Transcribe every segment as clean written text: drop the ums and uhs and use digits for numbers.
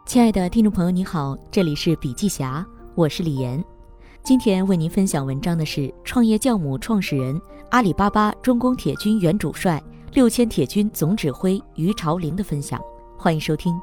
亲爱的听众朋友你好，这里是笔记侠，我是李岩。今天为您分享文章的是创业酵母创始人、阿里巴巴中工铁军原主帅、6000铁军总指挥于朝林的分享，欢迎收听。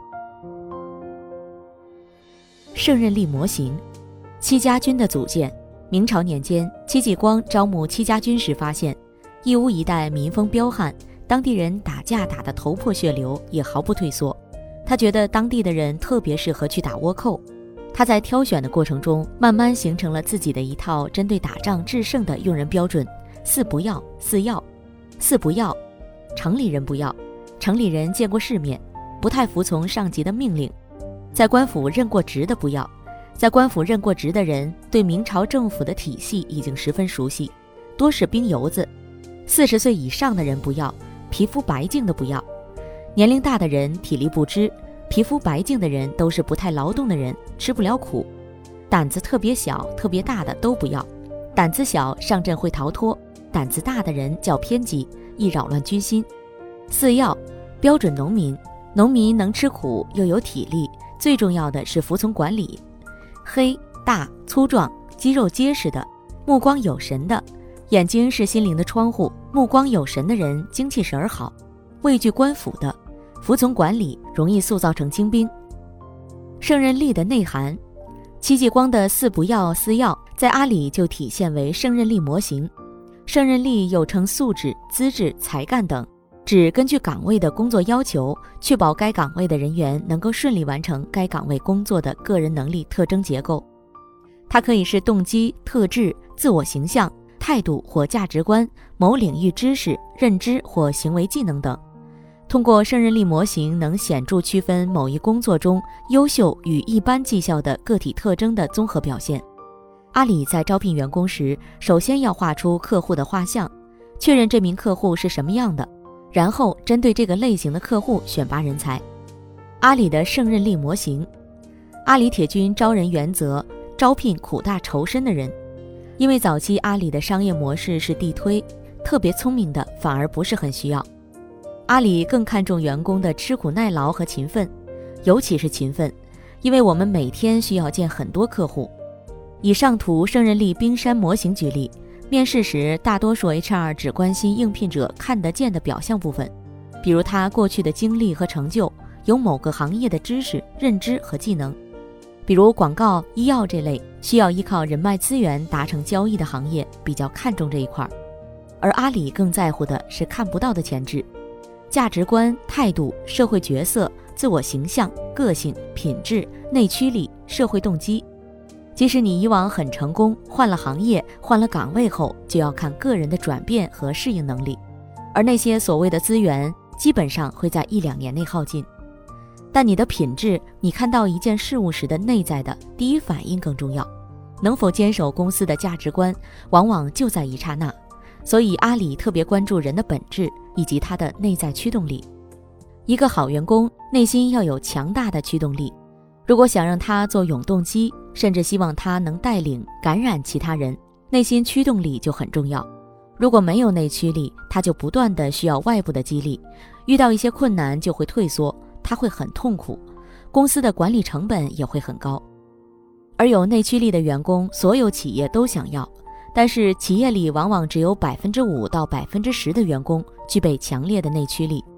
胜任力模型，戚家军的组建。明朝年间，戚继光招募戚家军时发现，义乌一带民风彪悍，当地人打架打得头破血流，也毫不退缩。他觉得当地的人特别适合去打倭寇。他在挑选的过程中，慢慢形成了自己的一套针对打仗制胜的用人标准：四不要、四要。四不要，城里人不要，城里人见过世面，不太服从上级的命令。在官府任过职的不要，在官府任过职的人对明朝政府的体系已经十分熟悉，多是兵油子。40岁以上的人不要，皮肤白净的不要。年龄大的人体力不支，皮肤白净的人都是不太劳动的人，吃不了苦。胆子特别小特别大的都不要，胆子小上阵会逃脱，胆子大的人较偏激，易扰乱军心。四要，标准农民，农民能吃苦又有体力，最重要的是服从管理。黑、大、粗壮，肌肉结实的，目光有神的，眼睛是心灵的窗户，目光有神的人精气神儿好，畏惧官府的，服从管理，容易塑造成精兵。胜任力的内涵，戚继光的四不要、四要在阿里就体现为胜任力模型。胜任力又称素质、资质、才干等，指根据岗位的工作要求，确保该岗位的人员能够顺利完成该岗位工作的个人能力特征结构。它可以是动机、特质、自我形象、态度或价值观、某领域知识、认知或行为技能等。通过胜任力模型能显著区分某一工作中优秀与一般绩效的个体特征的综合表现。阿里在招聘员工时，首先要画出客户的画像，确认这名客户是什么样的，然后针对这个类型的客户选拔人才。阿里的胜任力模型，阿里铁军招人原则：招聘苦大仇深的人。因为早期阿里的商业模式是地推，特别聪明的反而不是很需要。阿里更看重员工的吃苦耐劳和勤奋，尤其是勤奋，因为我们每天需要见很多客户。以上图胜任力冰山模型举例，面试时大多数 HR 只关心应聘者看得见的表象部分，比如他过去的经历和成就，有某个行业的知识、认知和技能。比如广告、医药这类需要依靠人脉资源达成交易的行业，比较看重这一块。而阿里更在乎的是看不到的潜质。价值观、态度、社会角色、自我形象、个性、品质、内驱力、社会动机。即使你以往很成功，换了行业、换了岗位后，就要看个人的转变和适应能力。而那些所谓的资源，基本上会在1-2年内耗尽。但你的品质，你看到一件事物时的内在的第一反应更重要。能否坚守公司的价值观，往往就在一刹那。所以阿里特别关注人的本质以及他的内在驱动力。一个好员工内心要有强大的驱动力，如果想让他做永动机，甚至希望他能带领感染其他人，内心驱动力就很重要。如果没有内驱力，他就不断的需要外部的激励，遇到一些困难就会退缩，他会很痛苦，公司的管理成本也会很高。而有内驱力的员工，所有企业都想要，但是企业里往往只有5%到10%的员工具备强烈的内驱力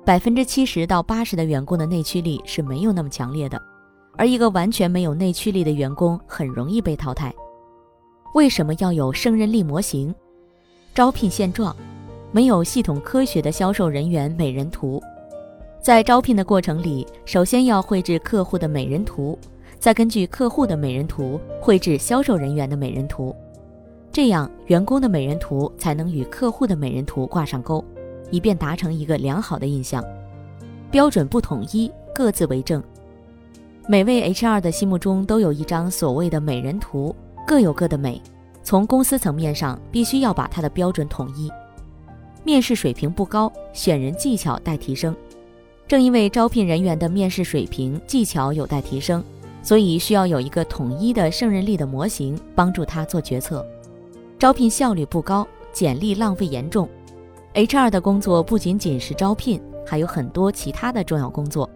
，70%到80%的员工的内驱力是没有那么强烈的，而一个完全没有内驱力的员工很容易被淘汰。为什么要有胜任力模型？招聘现状，没有系统科学的销售人员美人图。在招聘的过程里，首先要绘制客户的美人图，再根据客户的美人图绘制销售人员的美人图。这样员工的美人图才能与客户的美人图挂上钩，以便达成一个良好的印象。标准不统一，各自为政。每位 HR 的心目中都有一张所谓的美人图，各有各的美，从公司层面上必须要把它的标准统一。面试水平不高，选人技巧待提升。正因为招聘人员的面试水平技巧有待提升，所以需要有一个统一的胜任力的模型帮助他做决策。招聘效率不高，简历浪费严重。HR 的工作不仅仅是招聘，还有很多其他的重要工作，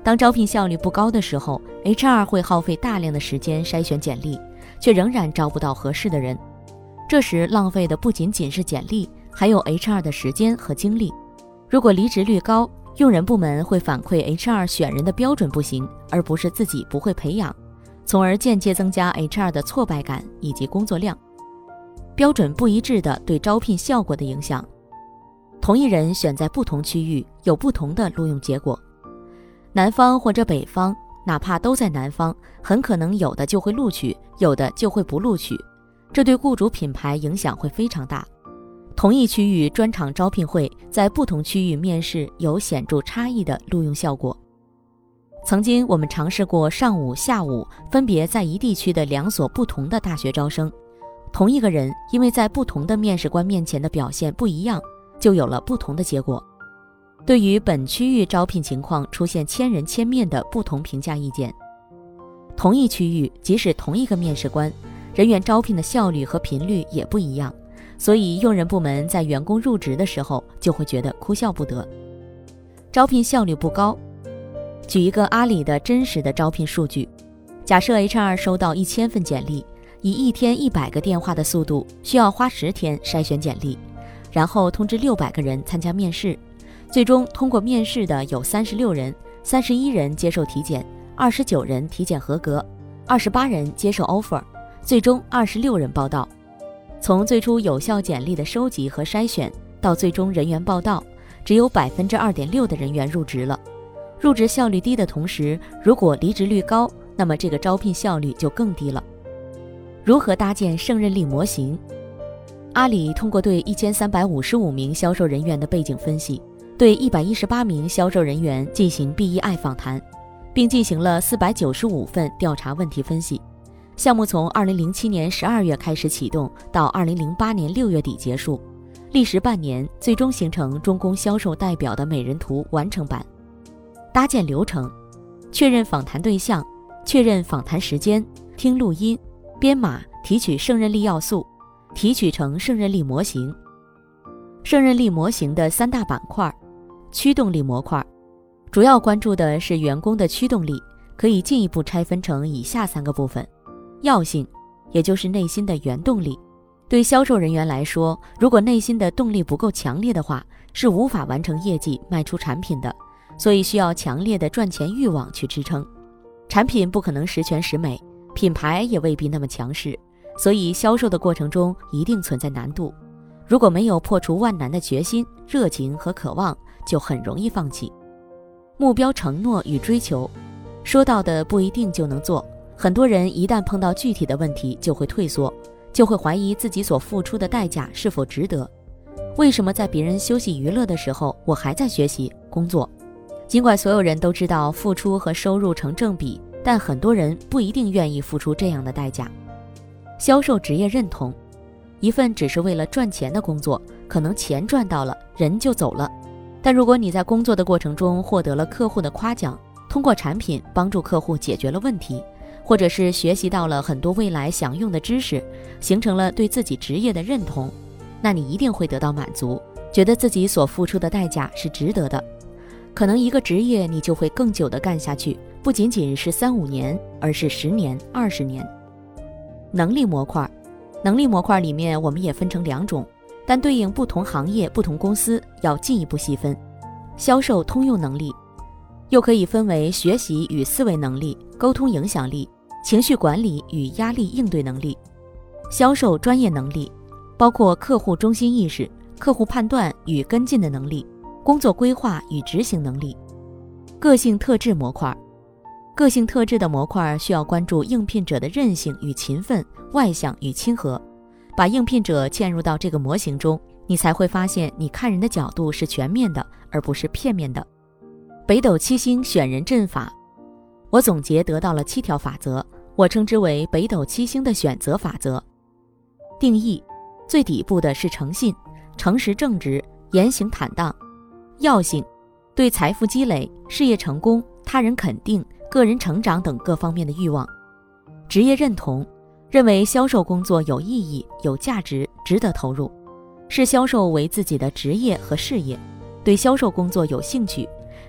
当招聘效率不高的时候， HR 会耗费大量的时间筛选简历，却仍然招不到合适的人。这时浪费的不仅仅是简历，还有 HR 的时间和精力。如果离职率高，用人部门会反馈 HR 选人的标准不行，而不是自己不会培养，从而间接增加 HR 的挫败感以及工作量。标准不一致的对招聘效果的影响，同一人选在不同区域有不同的录用结果。南方或者北方，哪怕都在南方，很可能有的就会录取，有的就会不录取，这对雇主品牌影响会非常大。同一区域专场招聘会在不同区域面试有显著差异的录用效果。曾经我们尝试过上午、下午分别在一地区的2所不同的大学招生，同一个人因为在不同的面试官面前的表现不一样，就有了不同的结果。对于本区域招聘情况出现千人千面的不同评价意见。同一区域即使同一个面试官，人员招聘的效率和频率也不一样，所以用人部门在员工入职的时候就会觉得哭笑不得。招聘效率不高。举一个阿里的真实的招聘数据，假设 HR 收到1000份简历，以一天100个电话的速度，需要花10天筛选简历，然后通知600个人参加面试，最终通过面试的有36人，31人接受体检，29人体检合格，28人接受 offer， 最终26人报到。从最初有效简历的收集和筛选到最终人员报到，只有 2.6% 的人员入职了。入职效率低的同时，如果离职率高，那么这个招聘效率就更低了。如何搭建胜任力模型？阿里通过对1355名销售人员的背景分析，对118名销售人员进行 BEI 访谈，并进行了495份调查问题分析。项目从2007年12月开始启动，到2008年6月底结束，历时半年，最终形成中公销售代表的美人图完成版。搭建流程：确认访谈对象，确认访谈时间，听录音，编码，提取胜任力要素，提取成胜任力模型。胜任力模型的3大板块：驱动力模块，主要关注的是员工的驱动力，可以进一步拆分成以下3个部分。要性，也就是内心的原动力。对销售人员来说，如果内心的动力不够强烈的话，是无法完成业绩、卖出产品的，所以需要强烈的赚钱欲望去支撑。产品不可能十全十美，品牌也未必那么强势，所以销售的过程中一定存在难度。如果没有破除万难的决心、热情和渴望，就很容易放弃。目标承诺与追求，说到的不一定就能做，很多人一旦碰到具体的问题就会退缩，就会怀疑自己所付出的代价是否值得。为什么在别人休息娱乐的时候，我还在学习工作？尽管所有人都知道付出和收入成正比，但很多人不一定愿意付出这样的代价。销售职业认同，一份只是为了赚钱的工作，可能钱赚到了，人就走了。但如果你在工作的过程中获得了客户的夸奖，通过产品帮助客户解决了问题，或者是学习到了很多未来想用的知识，形成了对自己职业的认同，那你一定会得到满足，觉得自己所付出的代价是值得的。可能一个职业你就会更久地干下去，不仅仅是3-5年，而是10年、20年。能力模块，能力模块里面我们也分成2种，但对应不同行业、不同公司要进一步细分。销售通用能力，又可以分为学习与思维能力、沟通影响力、情绪管理与压力应对能力。销售专业能力包括客户中心意识、客户判断与跟进的能力、工作规划与执行能力。个性特质模块，个性特质的模块需要关注应聘者的韧性与勤奋、外向与亲和，把应聘者嵌入到这个模型中，你才会发现你看人的角度是全面的，而不是片面的。北斗七星选人阵法，我总结得到了7条法则，我称之为北斗七星的选择法则。定义，最底部的是诚信、诚实正直、言行坦荡。要性，对财富积累、事业成功、他人肯定、个人成长等各方面的欲望。职业认同，认为销售工作有意义、有价值、值得投入，视销售为自己的职业和事业，对销售工作有兴趣，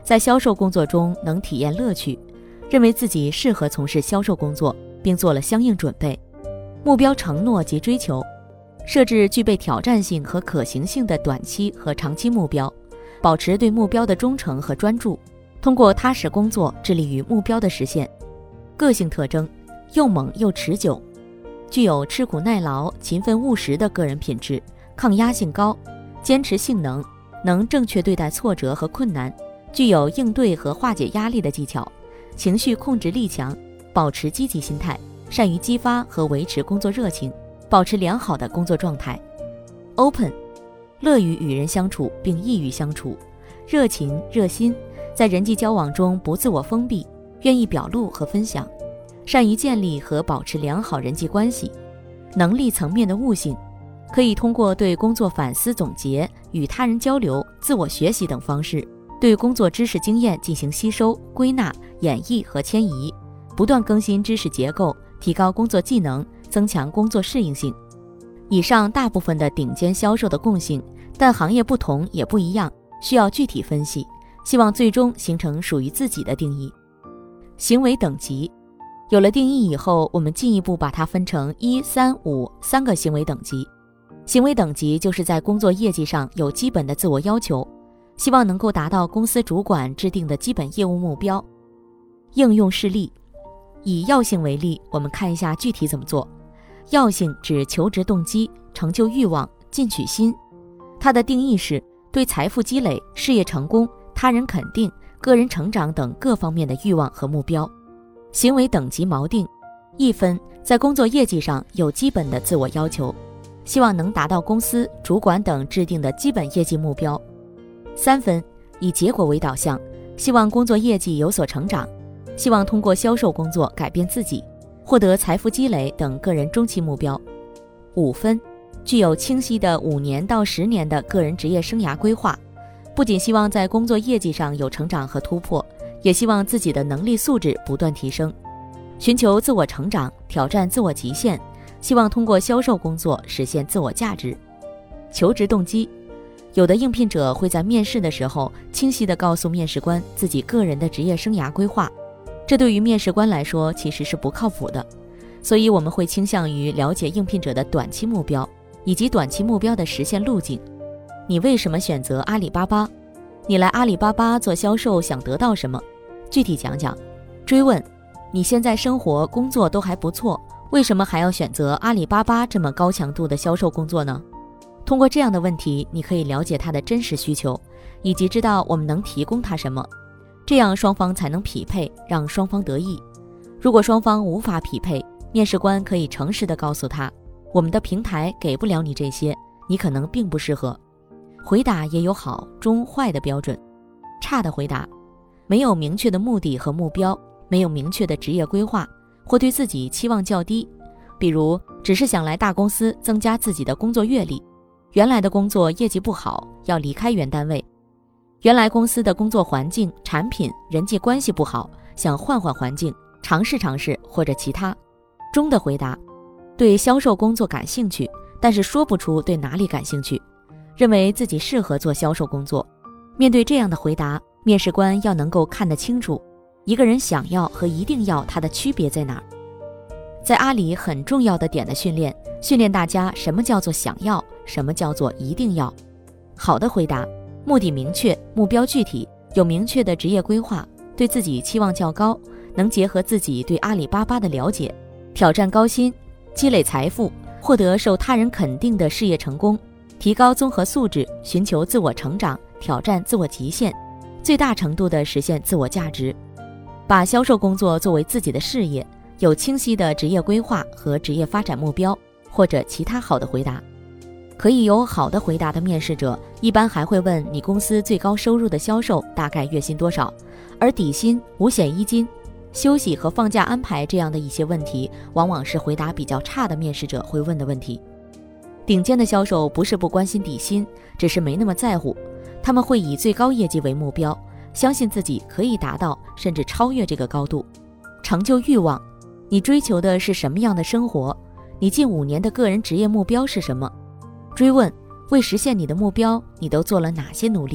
在销售工作中能体验乐趣，认为自己适合从事销售工作，并做了相应准备。目标承诺及追求，设置具备挑战性和可行性的短期和长期目标，保持对目标的忠诚和专注，通过踏实工作致力于目标的实现。个性特征，又猛又持久，具有吃苦耐劳、勤奋务实的个人品质，抗压性高，坚持性能，能正确对待挫折和困难，具有应对和化解压力的技巧，情绪控制力强，保持积极心态，善于激发和维持工作热情，保持良好的工作状态。Open， 乐于与人相处并易于相处，热情热心，在人际交往中不自我封闭，愿意表露和分享，善于建立和保持良好人际关系。能力层面的悟性，可以通过对工作反思总结、与他人交流、自我学习等方式，对工作知识经验进行吸收、归纳、演绎和迁移，不断更新知识结构，提高工作技能，增强工作适应性。以上大部分的顶尖销售的共性，但行业不同也不一样，需要具体分析，希望最终形成属于自己的定义。行为等级，有了定义以后，我们进一步把它分成1、3、5三个行为等级。行为等级就是在工作业绩上有基本的自我要求，希望能够达到公司主管制定的基本业务目标。应用事例，以要性为例，我们看一下具体怎么做。要性指求职动机、成就欲望、进取心，它的定义是对财富积累、事业成功、他人肯定、个人成长等各方面的欲望和目标。行为等级锚定，1分，在工作业绩上有基本的自我要求，希望能达到公司、主管等制定的基本业绩目标。3分，以结果为导向，希望工作业绩有所成长，希望通过销售工作改变自己，获得财富积累等个人中期目标。5分，具有清晰的5年到10年的个人职业生涯规划，不仅希望在工作业绩上有成长和突破，也希望自己的能力素质不断提升，寻求自我成长，挑战自我极限，希望通过销售工作实现自我价值。求职动机，有的应聘者会在面试的时候清晰地告诉面试官自己个人的职业生涯规划，这对于面试官来说其实是不靠谱的，所以我们会倾向于了解应聘者的短期目标，以及短期目标的实现路径。你为什么选择阿里巴巴？你来阿里巴巴做销售想得到什么？具体讲讲。追问，你现在生活工作都还不错，为什么还要选择阿里巴巴这么高强度的销售工作呢？通过这样的问题，你可以了解他的真实需求，以及知道我们能提供他什么，这样双方才能匹配，让双方得益。如果双方无法匹配，面试官可以诚实地告诉他，我们的平台给不了你这些，你可能并不适合。回答也有好、中、坏的标准。差的回答，没有明确的目的和目标，没有明确的职业规划，或对自己期望较低，比如只是想来大公司增加自己的工作阅历，原来的工作业绩不好，要离开原单位，原来公司的工作环境、产品、人际关系不好，想换换环境，尝试尝试或者其他。中的回答，对销售工作感兴趣，但是说不出对哪里感兴趣，认为自己适合做销售工作。面对这样的回答，面试官要能够看得清楚，一个人想要和一定要它的区别在哪儿。在阿里很重要的点的训练大家什么叫做想要，什么叫做一定要。好的回答，目的明确，目标具体，有明确的职业规划，对自己期望较高，能结合自己对阿里巴巴的了解，挑战高薪，积累财富，获得受他人肯定的事业成功，提高综合素质，寻求自我成长，挑战自我极限，最大程度地实现自我价值。把销售工作作为自己的事业，有清晰的职业规划和职业发展目标，或者其他好的回答。可以有好的回答的面试者，一般还会问你公司最高收入的销售大概月薪多少，而底薪、五险一金、休息和放假安排这样的一些问题，往往是回答比较差的面试者会问的问题。顶尖的销售不是不关心底薪，只是没那么在乎，他们会以最高业绩为目标，相信自己可以达到甚至超越这个高度。成就欲望，你追求的是什么样的生活？你近5年的个人职业目标是什么？追问，为实现你的目标，你都做了哪些努力？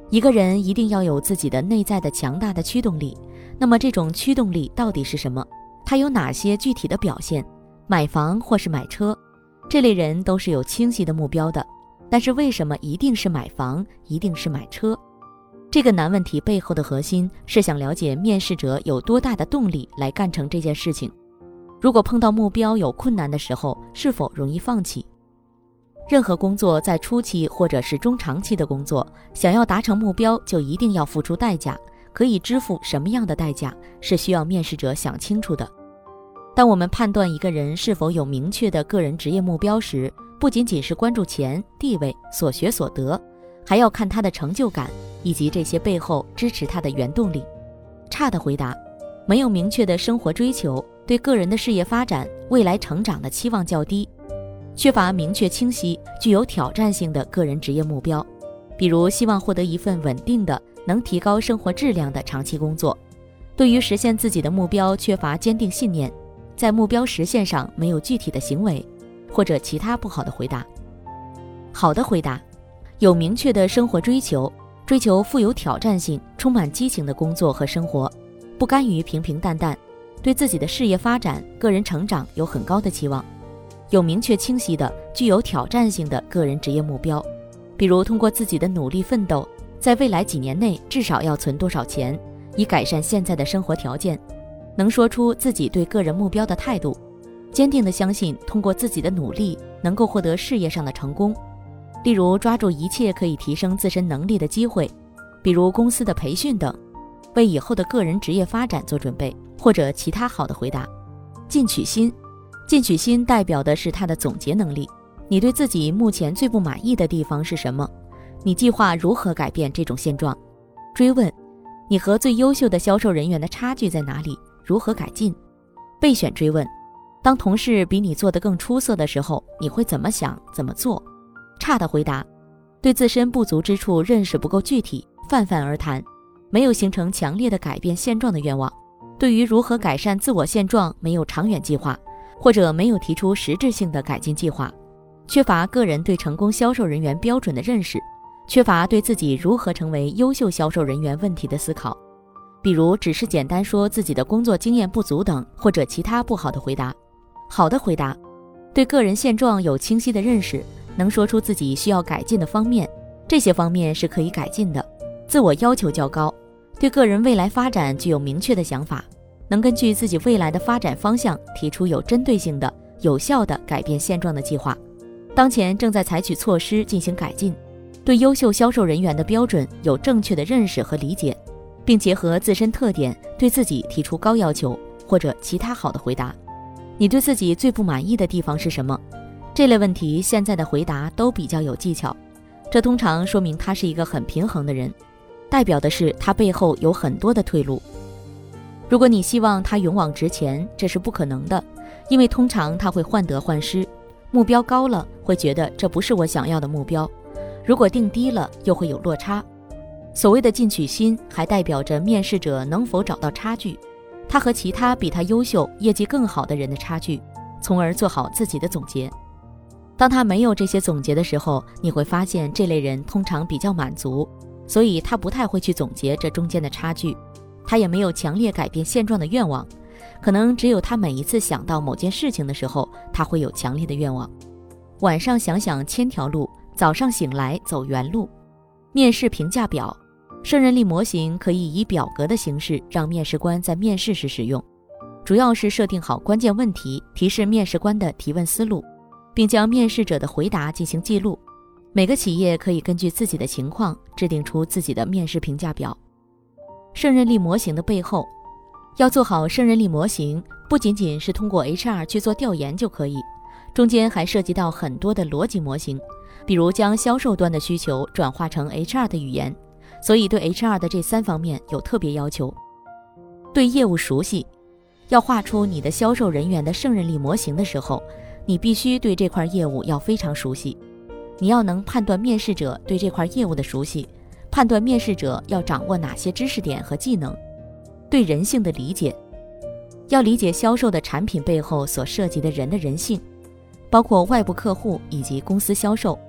一个人一定要有自己的内在的强大的驱动力，那么这种驱动力到底是什么？它有哪些具体的表现？买房或是买车，这类人都是有清晰的目标的，但是为什么一定是买房，一定是买车？这个难问题背后的核心是想了解面试者有多大的动力来干成这件事情。如果碰到目标有困难的时候，是否容易放弃？任何工作在初期或者是中长期的工作，想要达成目标就一定要付出代价，可以支付什么样的代价，是需要面试者想清楚的。当我们判断一个人是否有明确的个人职业目标时，不仅仅是关注钱、地位、所学所得，还要看他的成就感，以及这些背后支持他的原动力。差的回答：没有明确的生活追求，对个人的事业发展、未来成长的期望较低，缺乏明确清晰、具有挑战性的个人职业目标，比如希望获得一份稳定的、能提高生活质量的长期工作，对于实现自己的目标缺乏坚定信念，在目标实现上没有具体的行为，或者其他不好的回答。好的回答：有明确的生活追求，追求富有挑战性、充满激情的工作和生活，不甘于平平淡淡，对自己的事业发展、个人成长有很高的期望，有明确清晰的、具有挑战性的个人职业目标，比如通过自己的努力奋斗，在未来几年内至少要存多少钱，以改善现在的生活条件，能说出自己对个人目标的态度，坚定地相信通过自己的努力能够获得事业上的成功，例如抓住一切可以提升自身能力的机会，比如公司的培训等，为以后的个人职业发展做准备，或者其他好的回答。进取心：进取心代表的是他的总结能力，你对自己目前最不满意的地方是什么？你计划如何改变这种现状？追问：你和最优秀的销售人员的差距在哪里？如何改进？备选追问：当同事比你做得更出色的时候，你会怎么想、怎么做？差的回答：对自身不足之处认识不够具体，泛泛而谈，没有形成强烈的改变现状的愿望，对于如何改善自我现状没有长远计划，或者没有提出实质性的改进计划，缺乏个人对成功销售人员标准的认识，缺乏对自己如何成为优秀销售人员问题的思考，比如只是简单说自己的工作经验不足等，或者其他不好的回答。好的回答：对个人现状有清晰的认识，能说出自己需要改进的方面，这些方面是可以改进的，自我要求较高，对个人未来发展具有明确的想法，能根据自己未来的发展方向提出有针对性的、有效的改变现状的计划，当前正在采取措施进行改进，对优秀销售人员的标准有正确的认识和理解，并结合自身特点对自己提出高要求，或者其他好的回答。你对自己最不满意的地方是什么？这类问题现在的回答都比较有技巧，这通常说明他是一个很平衡的人，代表的是他背后有很多的退路。如果你希望他勇往直前，这是不可能的，因为通常他会患得患失，目标高了会觉得这不是我想要的目标，如果定低了又会有落差。所谓的进取心还代表着面试者能否找到差距，他和其他比他优秀、业绩更好的人的差距，从而做好自己的总结。当他没有这些总结的时候，你会发现这类人通常比较满足，所以他不太会去总结这中间的差距，他也没有强烈改变现状的愿望，可能只有他每一次想到某件事情的时候，他会有强烈的愿望。晚上想想千条路，早上醒来走原路。面试评价表：胜任力模型可以以表格的形式让面试官在面试时使用，主要是设定好关键问题，提示面试官的提问思路，并将面试者的回答进行记录。每个企业可以根据自己的情况制定出自己的面试评价表。胜任力模型的背后，要做好胜任力模型，不仅仅是通过 HR 去做调研就可以，中间还涉及到很多的逻辑模型，比如将销售端的需求转化成 HR 的语言，所以对 HR 的这3方面有特别要求。对业务熟悉，要画出你的销售人员的胜任力模型的时候，你必须对这块业务要非常熟悉，你要能判断面试者对这块业务的熟悉，判断面试者要掌握哪些知识点和技能。对人性的理解，要理解销售的产品背后所涉及的人的人性，包括外部客户以及公司销售，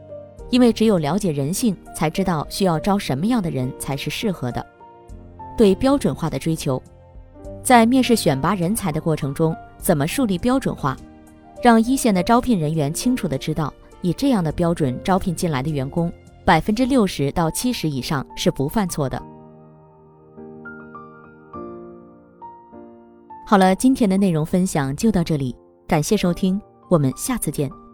因为只有了解人性，才知道需要招什么样的人才是适合的。对标准化的追求，在面试选拔人才的过程中，怎么树立标准化，让一线的招聘人员清楚地知道，以这样的标准招聘进来的员工，60%到70%以上是不犯错的。好了，今天的内容分享就到这里，感谢收听，我们下次见。